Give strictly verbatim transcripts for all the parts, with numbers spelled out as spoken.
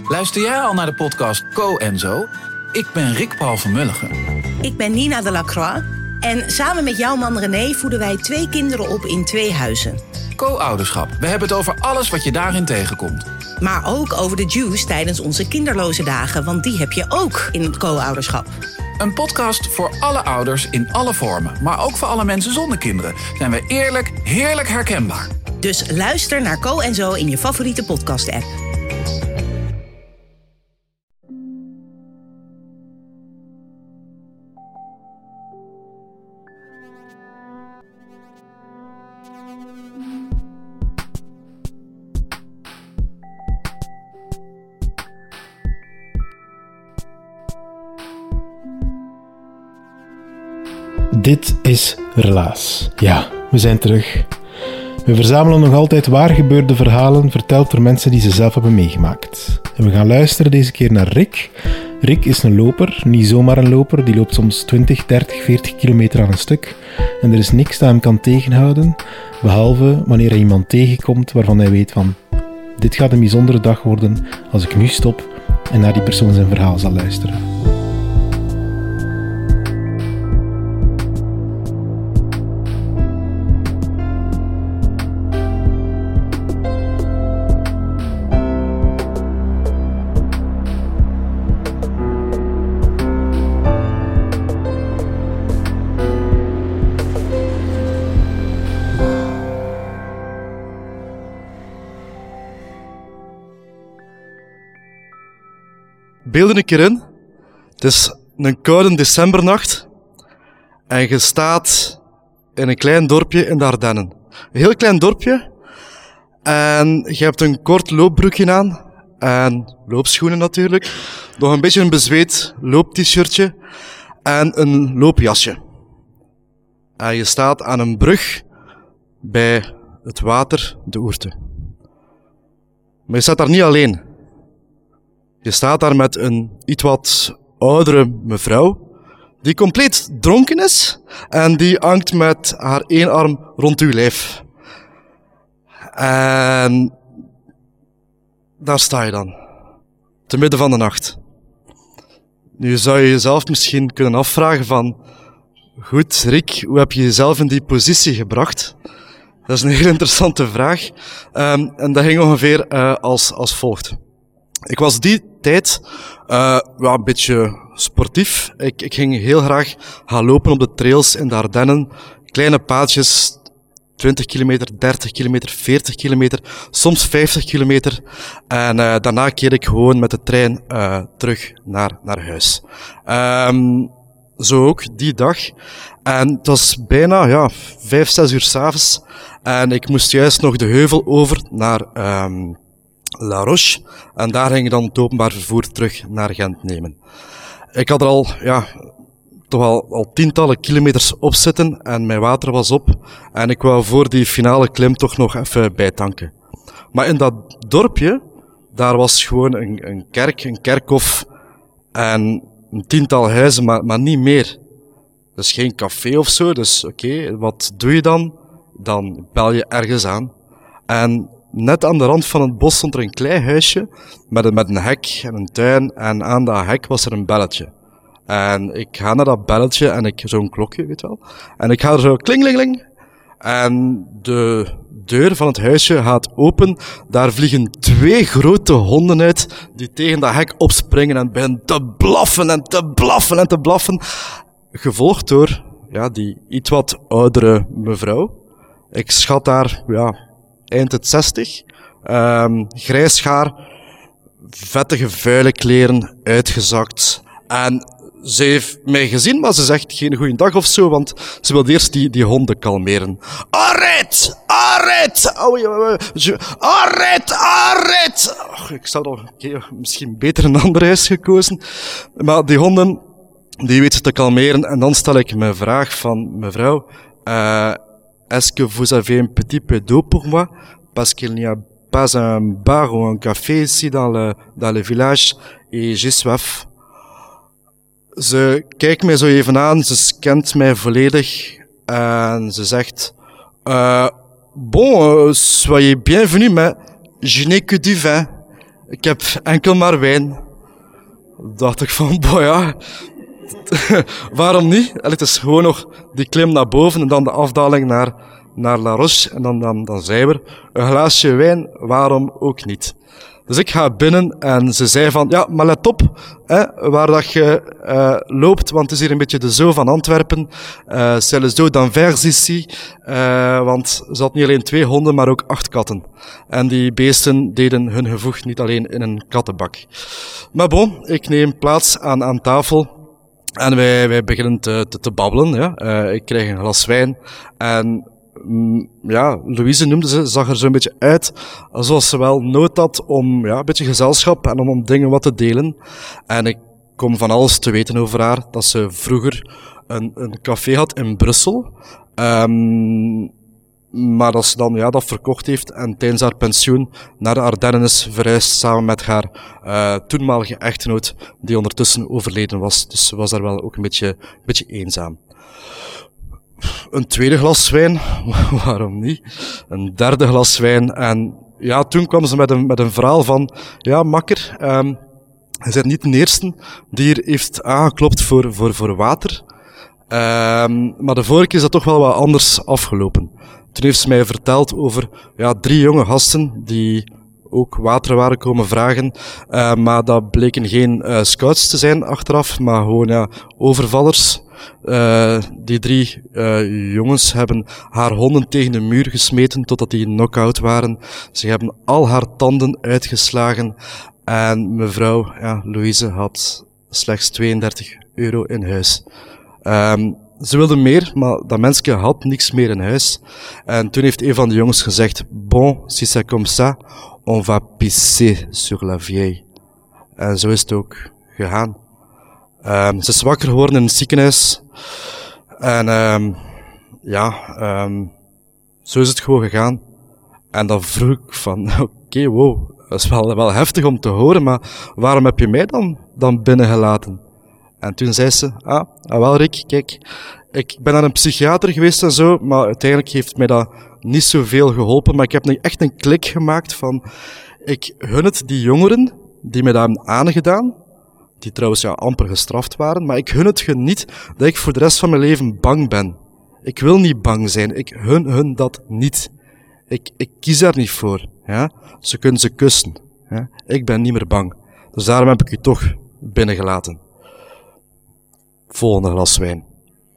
Luister jij al naar de podcast Co en Zo? Ik ben Rick Paul van Mulligen. Ik ben Nina de Lacroix. En samen met jouw man René voeden wij twee kinderen op in twee huizen. Co-ouderschap. We hebben het over alles wat je daarin tegenkomt. Maar ook over de juice tijdens onze kinderloze dagen. Want die heb je ook in het co-ouderschap. Een podcast voor alle ouders in alle vormen. Maar ook voor alle mensen zonder kinderen. Zijn we eerlijk, heerlijk herkenbaar. Dus luister naar Co en Zo in je favoriete podcast-app. Dit is Relaas. Ja, we zijn terug. We verzamelen nog altijd waargebeurde verhalen, verteld door mensen die ze zelf hebben meegemaakt. En we gaan luisteren deze keer naar Rick. Rick is een loper, niet zomaar een loper. Die loopt soms twintig, dertig, veertig kilometer aan een stuk. En er is niks dat hem kan tegenhouden, behalve wanneer hij iemand tegenkomt waarvan hij weet van... Dit gaat een bijzondere dag worden als ik nu stop en naar die persoon zijn verhaal zal luisteren. Beelden een keer in. Het is een koude decembernacht en je staat in een klein dorpje in de Ardennen. Een heel klein dorpje en je hebt een kort loopbroekje aan en loopschoenen natuurlijk. Nog een beetje een bezweet loop-t-shirtje en een loopjasje. En je staat aan een brug bij het water, de Ourthe. Maar je staat daar niet alleen. Je staat daar met een iets wat oudere mevrouw, die compleet dronken is en die hangt met haar één arm rond uw lijf. En daar sta je dan, te midden van de nacht. Nu zou je jezelf misschien kunnen afvragen van, goed Rick, hoe heb je jezelf in die positie gebracht? Dat is een heel interessante vraag. Um, en dat ging ongeveer uh, als, als volgt. Ik was die tijd uh, ja, een beetje sportief. Ik, ik ging heel graag gaan lopen op de trails in de Ardennen. Kleine paadjes, twintig kilometer, dertig kilometer, veertig kilometer, soms vijftig kilometer. En uh, daarna keerde ik gewoon met de trein uh, terug naar, naar huis. Um, zo ook die dag. En het was bijna ja, vijf, zes uur 's avonds. En ik moest juist nog de heuvel over naar... Um, La Roche, en daar ging ik dan het openbaar vervoer terug naar Gent nemen. Ik had er al, ja, toch al, al tientallen kilometers op zitten en mijn water was op en ik wou voor die finale klim toch nog even bijtanken. Maar in dat dorpje, daar was gewoon een, een kerk, een kerkhof en een tiental huizen, maar, maar niet meer. Dus geen café of zo, dus oké, okay, wat doe je dan? Dan bel je ergens aan en net aan de rand van het bos stond er een klein huisje met een, met een hek en een tuin en aan dat hek was er een belletje. En ik ga naar dat belletje en ik, zo'n klokje, weet je wel. En ik ga er zo klingelingeling. En de deur van het huisje gaat open. Daar vliegen twee grote honden uit die tegen dat hek opspringen en beginnen te blaffen en te blaffen en te blaffen. Gevolgd door, ja, die iets wat oudere mevrouw. Ik schat daar, ja, eind het zestig, um, grijs haar, vettige vuile kleren, uitgezakt. En ze heeft mij gezien, maar ze zegt geen goeiedag of zo, want ze wil eerst die, die honden kalmeren. Arrête! Arrête! Arrête! Arrête! Oh, ik zou al okay, misschien beter een ander huis gekozen. Maar die honden, die weet ze te kalmeren. En dan stel ik mijn vraag van, mevrouw, uh, est-ce que vous avez un petit peu d'eau pour moi? Parce qu'il n'y a pas un bar ou un café ici dans le, dans le village et j'ai soif. Ze kijkt mij zo even aan, ze scant mij volledig en ze zegt, uh, bon, uh, soyez bienvenue, mais je n'ai que du vin. ik heb enkel maar wijn. Dacht ik van, boh ja, waarom niet? En het is gewoon nog die klim naar boven en dan de afdaling naar, naar La Roche. En dan, dan, dan zijn we er. Een glaasje wijn, waarom ook niet? Dus ik ga binnen en ze zei van, ja, maar let op, hè, waar dat je uh, loopt, want het is hier een beetje de zoo van Antwerpen. Uh, c'est le zoo d'Anvers ici, uh, want ze had niet alleen twee honden, maar ook acht katten. En die beesten deden hun gevoeg niet alleen in een kattenbak. Maar bon, ik neem plaats aan, aan tafel. En wij, wij beginnen te, te, te babbelen. Ja. Uh, ik krijg een glas wijn en ja, Louise noemde ze, zag er zo'n beetje uit alsof ze wel nood had om ja, een beetje gezelschap en om, om dingen wat te delen. En ik kom van alles te weten over haar, dat ze vroeger een, een café had in Brussel, um, maar dat ze dan ja, dat verkocht heeft en tijdens haar pensioen naar de Ardennen is verhuisd samen met haar uh, toenmalige echtgenoot, die ondertussen overleden was. Dus ze was daar wel ook een beetje, een beetje eenzaam. Een tweede glas wijn, waarom niet? Een derde glas wijn. En ja, toen kwam ze met een, met een verhaal van, ja, makker, um, je bent niet de eerste die hier heeft aangeklopt voor, voor, voor water. Um, maar de vorige keer is dat toch wel wat anders afgelopen. Toen heeft ze mij verteld over ja, drie jonge gasten die ook water waren komen vragen, uh, maar dat bleken geen uh, scouts te zijn achteraf, maar gewoon ja, overvallers. Uh, die drie uh, jongens hebben haar honden tegen de muur gesmeten totdat die knock-out waren. Ze hebben al haar tanden uitgeslagen en mevrouw ja, Louise had slechts tweeëndertig euro in huis. Um, ze wilde meer, maar dat mensje had niks meer in huis. En toen heeft een van de jongens gezegd, bon, si c'est comme ça, on va pisser sur la vieille. En zo is het ook gegaan. Um, ze is wakker geworden in het ziekenhuis. En um, ja, um, zo is het gewoon gegaan. En dan vroeg ik van, oké, okay, wow, dat is wel, wel heftig om te horen, maar waarom heb je mij dan, dan binnengelaten? En toen zei ze, ah, ah wel Rick, kijk, ik ben naar een psychiater geweest en zo, maar uiteindelijk heeft mij dat niet zoveel geholpen, maar ik heb nu echt een klik gemaakt van, ik gun het die jongeren, die mij dat hebben aangedaan, die trouwens ja amper gestraft waren, maar ik gun het hun niet dat ik voor de rest van mijn leven bang ben. Ik wil niet bang zijn, ik gun hun dat niet. Ik, ik kies daar niet voor, ja. Ze kunnen ze kussen, ja. Ik ben niet meer bang. Dus daarom heb ik u toch binnengelaten. Volgende glas wijn.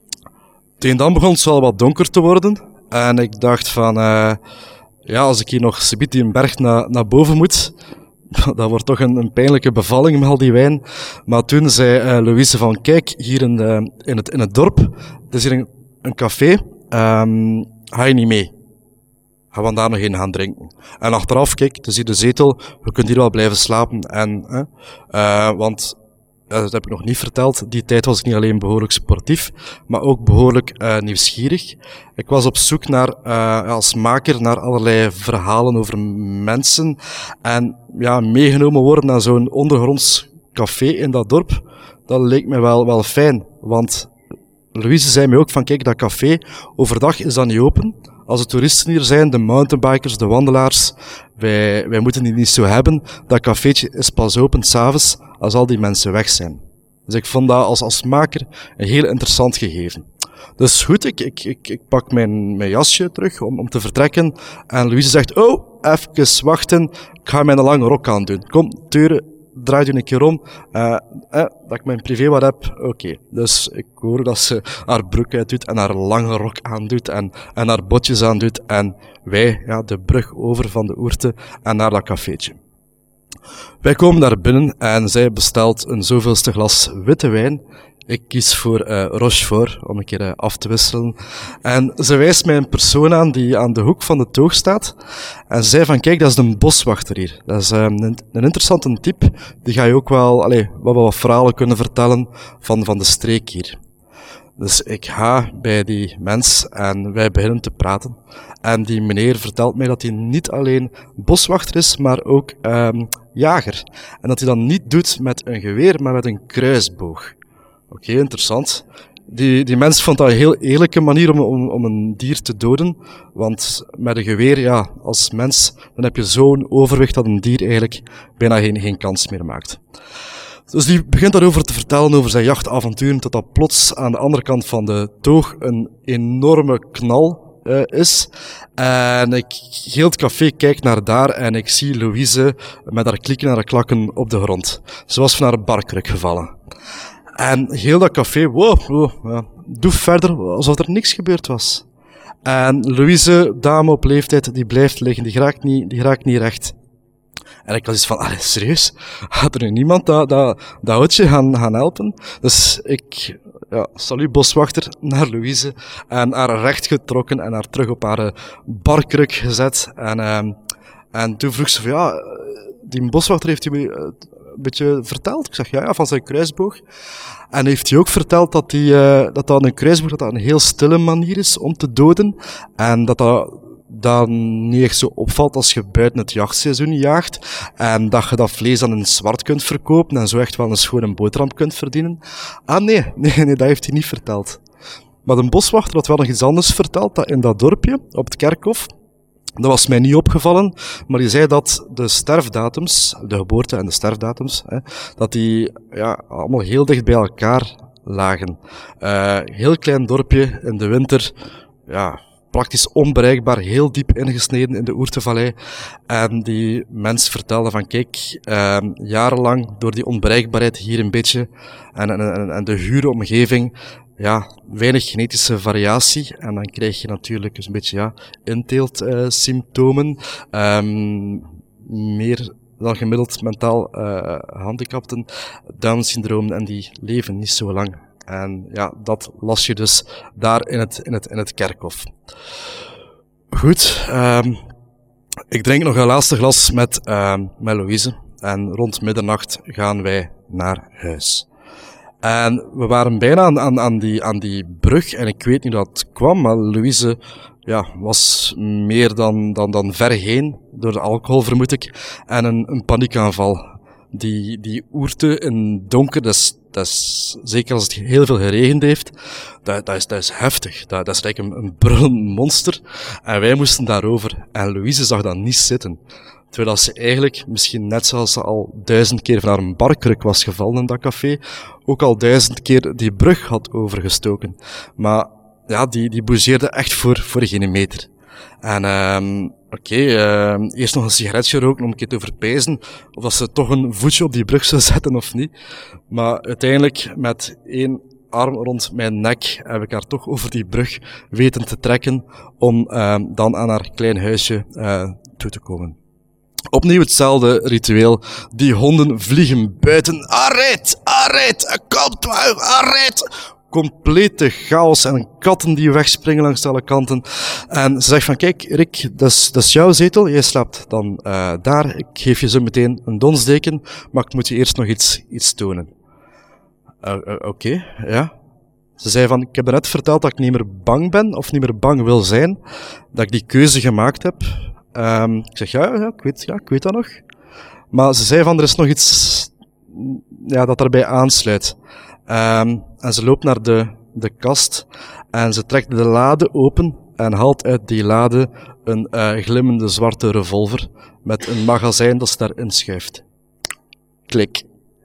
Tegen dan begon het wel wat donker te worden. En ik dacht van, uh, ja, als ik hier nog subiet die een berg naar, naar boven moet, dat wordt toch een, een pijnlijke bevalling met al die wijn. Maar toen zei uh, Louise van, kijk, hier in, de, in, het, in het dorp, het is hier een, een café, um, ga je niet mee? Gaan we daar nog in gaan drinken? En achteraf, kijk, het is hier de zetel, we kunnen hier wel blijven slapen. En, uh, uh, want... dat heb ik nog niet verteld. Die tijd was ik niet alleen behoorlijk sportief, maar ook behoorlijk uh, nieuwsgierig. Ik was op zoek naar, uh, als maker, naar allerlei verhalen over mensen. En ja, meegenomen worden naar zo'n ondergronds café in dat dorp, dat leek me wel, wel fijn. Want Louise zei mij ook van, kijk, dat café, overdag is dat niet open. Als de toeristen hier zijn, de mountainbikers, de wandelaars, wij, wij moeten die niet zo hebben. Dat cafeetje is pas open 's avonds als al die mensen weg zijn. Dus ik vond dat als, als maker een heel interessant gegeven. Dus goed, ik, ik, ik, ik pak mijn, mijn jasje terug om, om te vertrekken. En Louise zegt, oh, even wachten, ik ga mijn lange rok aandoen. Kom, Teure, draai je een keer om, uh, eh, dat ik mijn privé wat heb, oké. Okay. Dus ik hoor dat ze haar broek uitdoet en haar lange rok aandoet en, en haar botjes aandoet. En wij, ja, de brug over van de Oerte en naar dat cafeetje. Wij komen daar binnen en zij bestelt een zoveelste glas witte wijn. Ik kies voor uh, Rochefort, om een keer uh, af te wisselen. En ze wijst mij een persoon aan die aan de hoek van de toog staat. En ze zei van, kijk, dat is een boswachter hier. Dat is uh, een, een interessante type. Die ga je ook wel, allez, wat, wat verhalen kunnen vertellen van, van de streek hier. Dus ik ga bij die mens en wij beginnen te praten. En die meneer vertelt mij dat hij niet alleen boswachter is, maar ook um, jager. En dat hij dat niet doet met een geweer, maar met een kruisboog. Oké, okay, interessant. Die, die mens vond dat een heel eerlijke manier om, om, om een dier te doden. Want met een geweer, ja, als mens, dan heb je zo'n overwicht dat een dier eigenlijk bijna geen, geen kans meer maakt. Dus die begint daarover te vertellen, over zijn jachtavonturen, tot dat plots aan de andere kant van de toog een enorme knal uh, is. En ik, heel het café kijkt naar daar en ik zie Louise met haar klikken en haar klakken op de grond. Ze was van haar barkruk gevallen. En heel dat café, wow, wow ja, doe verder alsof er niks gebeurd was. En Louise, dame op leeftijd, die blijft liggen, die raakt niet, die raakt niet recht. En ik was iets van, allee, serieus? Had er nu niemand dat, dat, dat oudje gaan, gaan helpen? Dus ik, ja, salut boswachter, naar Louise en haar recht getrokken en haar terug op haar barkruk gezet. En, um, en toen vroeg ze van, ja, die boswachter heeft u me uh, een beetje verteld? Ik zeg, ja, ja, van zijn kruisboog. En heeft hij ook verteld dat, die, uh, dat dat een kruisboog dat dat een heel stille manier is om te doden. En dat dat dan niet echt zo opvalt als je buiten het jachtseizoen jaagt. En dat je dat vlees dan in zwart kunt verkopen en zo echt wel een schone boterham kunt verdienen. Ah nee, nee, nee, dat heeft hij niet verteld. Maar de boswachter had wel nog iets anders verteld, dat in dat dorpje, op het kerkhof, dat was mij niet opgevallen, maar die zei dat de sterfdatums, de geboorte en de sterfdatums, hè, dat die ja, allemaal heel dicht bij elkaar lagen. Uh, heel klein dorpje in de winter, ja, praktisch onbereikbaar, heel diep ingesneden in de Oertevallei. En die mens vertelde van, kijk, uh, jarenlang door die onbereikbaarheid hier een beetje, en, en, en de gure omgeving, ja, weinig genetische variatie. En dan krijg je natuurlijk dus een beetje, ja, inteeltsymptomen. Uh, um, meer dan gemiddeld mentaal uh, handicapten, Down-syndroom, en die leven niet zo lang. En ja, dat las je dus daar in het, in het, in het kerkhof. Goed, um, ik drink nog een laatste glas met, uh, met Louise. En rond middernacht gaan wij naar huis. En we waren bijna aan, aan, aan, die, aan die brug, en ik weet niet hoe dat kwam, maar Louise ja, was meer dan, dan, dan ver heen, door de alcohol vermoed ik, en een, een paniekaanval. Die, die oerte in donker, dat is, dat is, zeker als het heel veel geregend heeft, dat, dat, is, dat is heftig. Dat, dat is eigenlijk een, een brullend monster. En wij moesten daarover. En Louise zag dat niet zitten. Terwijl ze eigenlijk, misschien net zoals ze al duizend keer van haar barkruk was gevallen in dat café, ook al duizend keer die brug had overgestoken. Maar ja, die, die bougeerde echt voor, voor geen meter. En um, oké, okay, uh, eerst nog een sigaretje roken om een keer te overpijzen of dat ze toch een voetje op die brug zou zetten of niet. Maar uiteindelijk, met één arm rond mijn nek, heb ik haar toch over die brug weten te trekken om uh, dan aan haar klein huisje uh, toe te komen. Opnieuw hetzelfde ritueel. Die honden vliegen buiten. Arrête! Arrête! Komt maar! Arrête! Complete chaos en katten die wegspringen langs alle kanten. En ze zegt van, kijk Rick, dat is, dat is jouw zetel, jij slaapt dan uh, daar, ik geef je zo meteen een donsdeken, maar ik moet je eerst nog iets, iets tonen. Uh, uh, Oké, okay, ja. Ze zei van, ik heb net verteld dat ik niet meer bang ben, of niet meer bang wil zijn, dat ik die keuze gemaakt heb. Um, ik zeg, ja, ja, ik weet, ja, ik weet dat nog. Maar ze zei van, er is nog iets ja, dat daarbij aansluit. Um, en ze loopt naar de, de kast en ze trekt de lade open en haalt uit die lade een uh, glimmende zwarte revolver met een magazijn dat ze daarin schuift. Klik.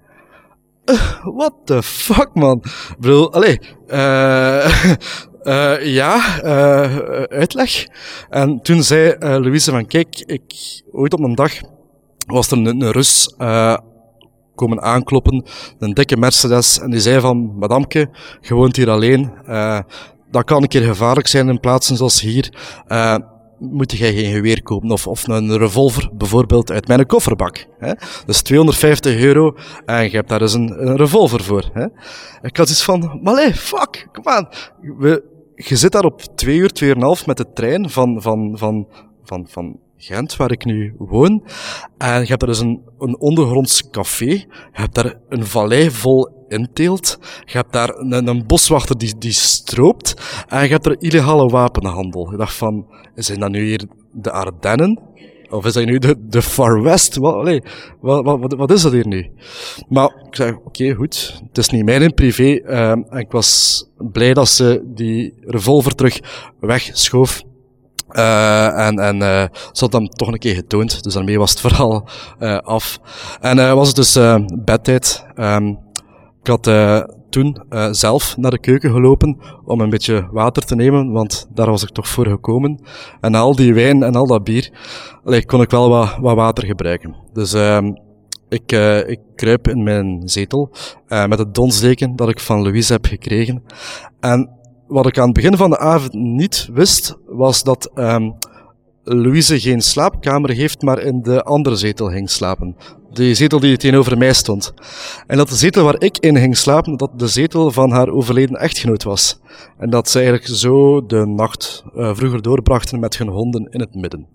Uh, what the fuck, man? Ik bedoel, allee, uh, uh, ja, uh, uitleg. En toen zei uh, Louise van, kijk, ik, ooit op een dag was er een, een Rus, uh, komen aankloppen, een dikke Mercedes, en die zei van, madamke, je woont hier alleen, uh, dat kan een keer gevaarlijk zijn in plaatsen zoals hier, uh, moet jij geen geweer kopen, of, of een revolver, bijvoorbeeld uit mijn kofferbak. Hè? Dus tweehonderdvijftig euro, en je hebt daar dus een, een revolver voor. Hè? Ik had iets van, maar nee, fuck, kom aan. We, je zit daar op twee uur, twee uur en een half met de trein van, van, van, van, van Gent, waar ik nu woon. En je hebt daar dus een, een ondergronds café. Je hebt daar een vallei vol inteelt. Je hebt daar een, een boswachter die, die stroopt. En je hebt er illegale wapenhandel. Ik dacht van, zijn dat nu hier de Ardennen? Of is dat nu de, de Far West? Wat, allee, wat, wat, wat is dat hier nu? Maar ik zei, oké, okay, goed. Het is niet mijn in privé. Uh, en ik was blij dat ze die revolver terug wegschoof. Uh, en, en, uh, ze had hem toch een keer getoond. Dus daarmee was het verhaal, uh, af. En, uh, was het dus, uh, bedtijd. Um, ik had, uh, toen, uh, zelf naar de keuken gelopen om een beetje water te nemen, want daar was ik toch voor gekomen. En na al die wijn en al dat bier, allee, kon ik wel wat, wat water gebruiken. Dus, uh, ik, uh, ik kruip in mijn zetel, uh, met het donsdeken dat ik van Louise heb gekregen. En wat ik aan het begin van de avond niet wist, was dat um, Louise geen slaapkamer heeft, maar in de andere zetel ging slapen. De zetel die tegenover mij stond. En dat de zetel waar ik in ging slapen, dat de zetel van haar overleden echtgenoot was. En dat ze eigenlijk zo de nacht uh, vroeger doorbrachten met hun honden in het midden.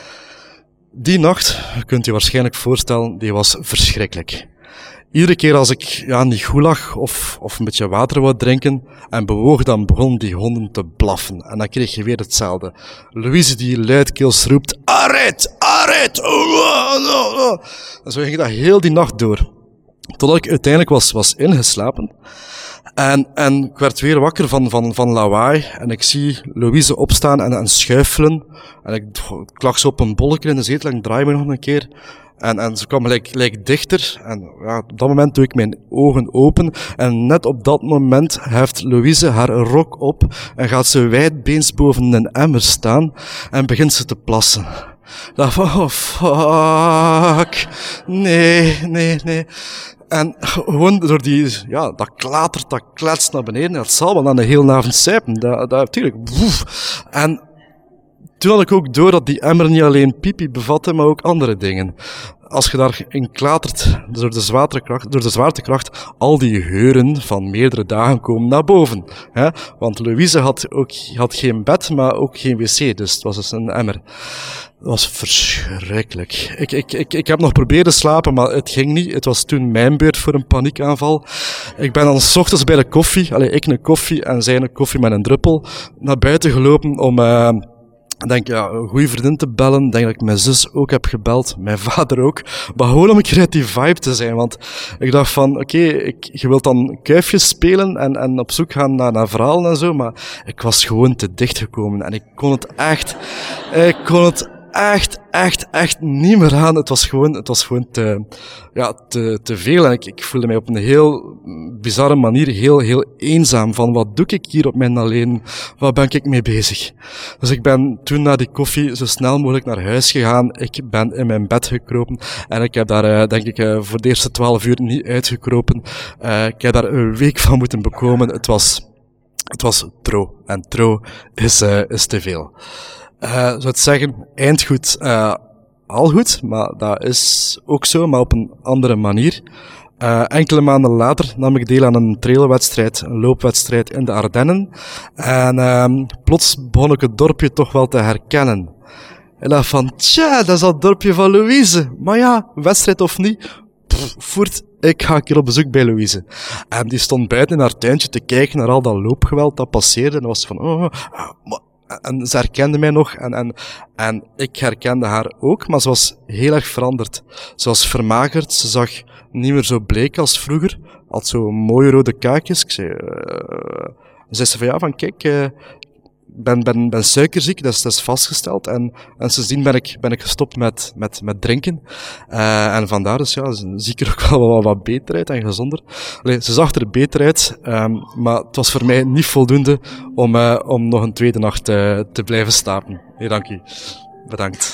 Die nacht, kunt u waarschijnlijk voorstellen, die was verschrikkelijk. Iedere keer als ik ja, niet goed lag of, of een beetje water wou drinken en bewoog, dan begonnen die honden te blaffen. En dan kreeg je weer hetzelfde. Louise die luidkeels roept, arrête, arrête! En zo ging dat heel die nacht door. Totdat ik uiteindelijk was, was ingeslapen. En, en ik werd weer wakker van, van, van lawaai. En ik zie Louise opstaan en, en schuifelen. En ik, ik lag zo op een bolletje in de zetel en ik draai me nog een keer. En, en ze kwam gelijk, gelijk dichter. En ja, op dat moment doe ik mijn ogen open. En net op dat moment heft Louise haar rok op. En gaat ze wijdbeens boven een emmer staan. En begint ze te plassen. Ik dacht van, oh fuck. Nee, nee, nee. En gewoon door die, ja, dat klatert, dat kletst naar beneden. Dat zal wel aan de hele avond sijpen. Dat, dat natuurlijk. Woef. En toen had ik ook door dat die emmer niet alleen pipi bevatte, maar ook andere dingen. Als je daarin klatert, door de zwaartekracht, door de zwaartekracht, al die geuren van meerdere dagen komen naar boven. Hè? Want Louise had ook had geen bed, maar ook geen wc, dus het was dus een emmer. Dat was verschrikkelijk. Ik, ik, ik, ik heb nog proberen te slapen, maar het ging niet. Het was toen mijn beurt voor een paniekaanval. Ik ben dan 's ochtends bij de koffie, allee, ik een koffie en zij een koffie met een druppel, naar buiten gelopen om... Uh, Ik denk, ja, een goede vriendin te bellen. Ik denk dat ik mijn zus ook heb gebeld. Mijn vader ook. Maar gewoon om een keer uit die vibe te zijn. Want ik dacht van, oké, okay, je wilt dan kuifjes spelen en, en op zoek gaan naar, naar verhalen en zo. Maar ik was gewoon te dicht gekomen. En ik kon het echt, ik kon het echt, echt, echt niet meer aan. Het was gewoon, het was gewoon te, ja, te, te veel. En ik, ik voelde mij op een heel bizarre manier heel, heel eenzaam. Van, wat doe ik hier op mijn alleen? Wat ben ik mee bezig? Dus ik ben toen na die koffie zo snel mogelijk naar huis gegaan. Ik ben in mijn bed gekropen. En ik heb daar, uh, denk ik, uh, voor de eerste twaalf uur niet uitgekropen. Uh, ik heb daar een week van moeten bekomen. Het was, het was tro. En tro is, uh, is te veel. Uh, zou het zeggen, eindgoed, uh, al goed, maar dat is ook zo, maar op een andere manier. Uh, enkele maanden later nam ik deel aan een trailwedstrijd, een loopwedstrijd in de Ardennen. En uh, plots begon ik het dorpje toch wel te herkennen. En dacht van, tja, dat is dat dorpje van Louise. Maar ja, wedstrijd of niet, pff, voert, ik ga een keer op bezoek bij Louise. En die stond buiten in haar tuintje te kijken naar al dat loopgeweld dat passeerde. En was van, oh, maar... En ze herkende mij nog en, en, en ik herkende haar ook, maar ze was heel erg veranderd. Ze was vermagerd, ze zag niet meer zo bleek als vroeger. Had zo mooie rode kaakjes. Ik zei, uh, zei ze van ja, van kijk, uh, ben, ben, ben suikerziek, dat is, dat is vastgesteld. En, en sindsdien ben ik, ben ik gestopt met, met, met drinken. Uh, en vandaar dus, ja, zie ik er ook wel wat, wat beter uit en gezonder. Allee, ze zag er beter uit, um, maar het was voor mij niet voldoende om, uh, om nog een tweede nacht uh, te blijven slapen. Hey, dank u. Bedankt.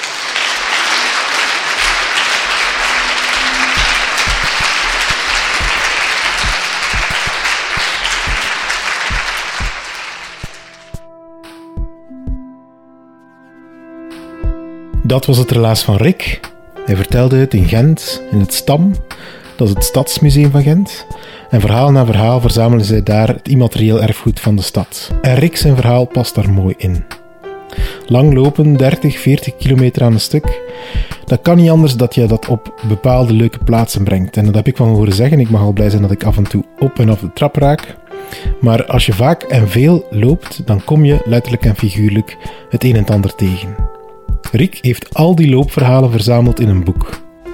Dat was het relaas van Rick. Hij vertelde het in Gent, in het Stam. Dat is het Stadsmuseum van Gent. En verhaal na verhaal verzamelen zij daar het immaterieel erfgoed van de stad. En Rick zijn verhaal past daar mooi in. Lang lopen, dertig, veertig kilometer aan een stuk. Dat kan niet anders dat je dat op bepaalde leuke plaatsen brengt. En dat heb ik van horen zeggen. Ik mag al blij zijn dat ik af en toe op en af de trap raak. Maar als je vaak en veel loopt, dan kom je letterlijk en figuurlijk het een en het ander tegen. Rick heeft al die loopverhalen verzameld in een boek.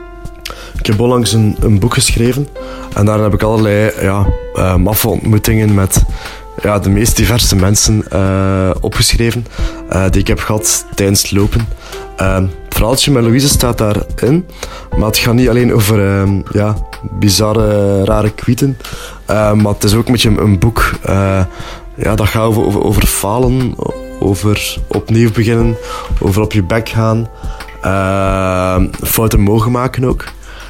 Ik heb onlangs een, een boek geschreven en daarin heb ik allerlei ja, uh, maffe ontmoetingen met ja, de meest diverse mensen uh, opgeschreven uh, die ik heb gehad tijdens het lopen. Uh, het verhaaltje met Louise staat daarin, maar het gaat niet alleen over uh, ja, bizarre, rare kwieten, uh, maar het is ook een beetje een, een boek uh, ja, dat gaat over, over, over falen, over opnieuw beginnen, over op je bek gaan, uh, fouten mogen maken ook.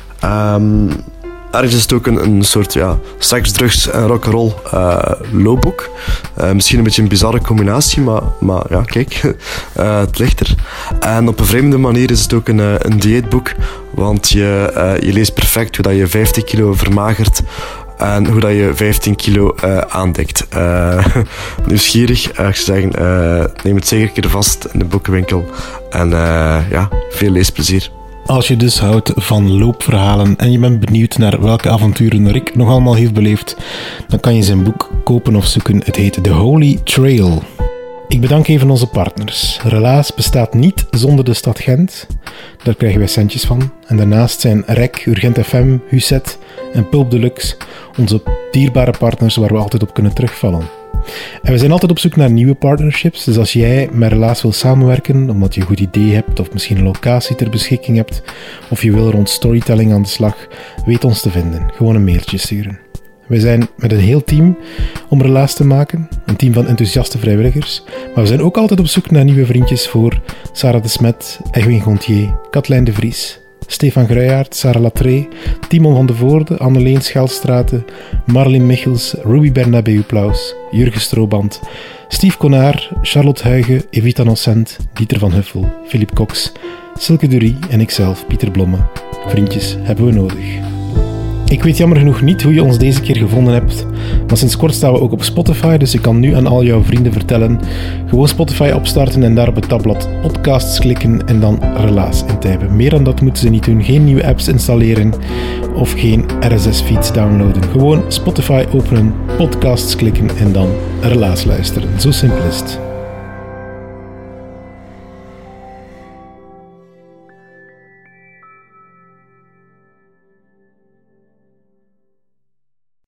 Um, ergens is het ook een, een soort ja, seks, drugs en rock'n'roll uh, loopboek. Uh, misschien een beetje een bizarre combinatie, maar, maar ja, kijk, uh, het ligt er. En op een vreemde manier is het ook een, uh, een dieetboek, want je, uh, je leest perfect hoe dat je vijftig kilo vermagert en hoe dat je vijftien kilo uh, aandikt. Uh, nieuwsgierig, uh, ik zou zeggen, uh, neem het zeker een keer vast in de boekenwinkel. En uh, ja, veel leesplezier. Als je dus houdt van loopverhalen en je bent benieuwd naar welke avonturen Rick nog allemaal heeft beleefd, dan kan je zijn boek kopen of zoeken. Het heet The Holy Trail. Ik bedank even onze partners. Relaas bestaat niet zonder de stad Gent. Daar krijgen wij centjes van. En daarnaast zijn R E C, Urgent F M, Huset en Pulp Deluxe onze dierbare partners waar we altijd op kunnen terugvallen. En we zijn altijd op zoek naar nieuwe partnerships, dus als jij met Relaas wil samenwerken, omdat je een goed idee hebt of misschien een locatie ter beschikking hebt, of je wil rond storytelling aan de slag, weet ons te vinden. Gewoon een mailtje sturen. Wij zijn met een heel team om Relaas te maken, een team van enthousiaste vrijwilligers, maar we zijn ook altijd op zoek naar nieuwe vriendjes voor Sarah de Smet, Edwin Gontier, Katlijn de Vries, Stefan Gruijaert, Sarah Latree, Timon van de Voorde, Anneleen Schelstraten, Marlene Michels, Ruby Bernabeu-Plaus, Jurgen Strooband, Steve Konaar, Charlotte Huigen, Evita Nocent, Dieter van Huffel, Philippe Cox, Silke Durie en ikzelf, Pieter Blomme. Vriendjes hebben we nodig. Ik weet jammer genoeg niet hoe je ons deze keer gevonden hebt, maar sinds kort staan we ook op Spotify, dus je kan nu aan al jouw vrienden vertellen. Gewoon Spotify opstarten en daar op het tabblad podcasts klikken en dan Relaas intypen. Meer dan dat moeten ze niet doen. Geen nieuwe apps installeren of geen R S S-feeds downloaden. Gewoon Spotify openen, podcasts klikken en dan Relaas luisteren. Zo simpel is het.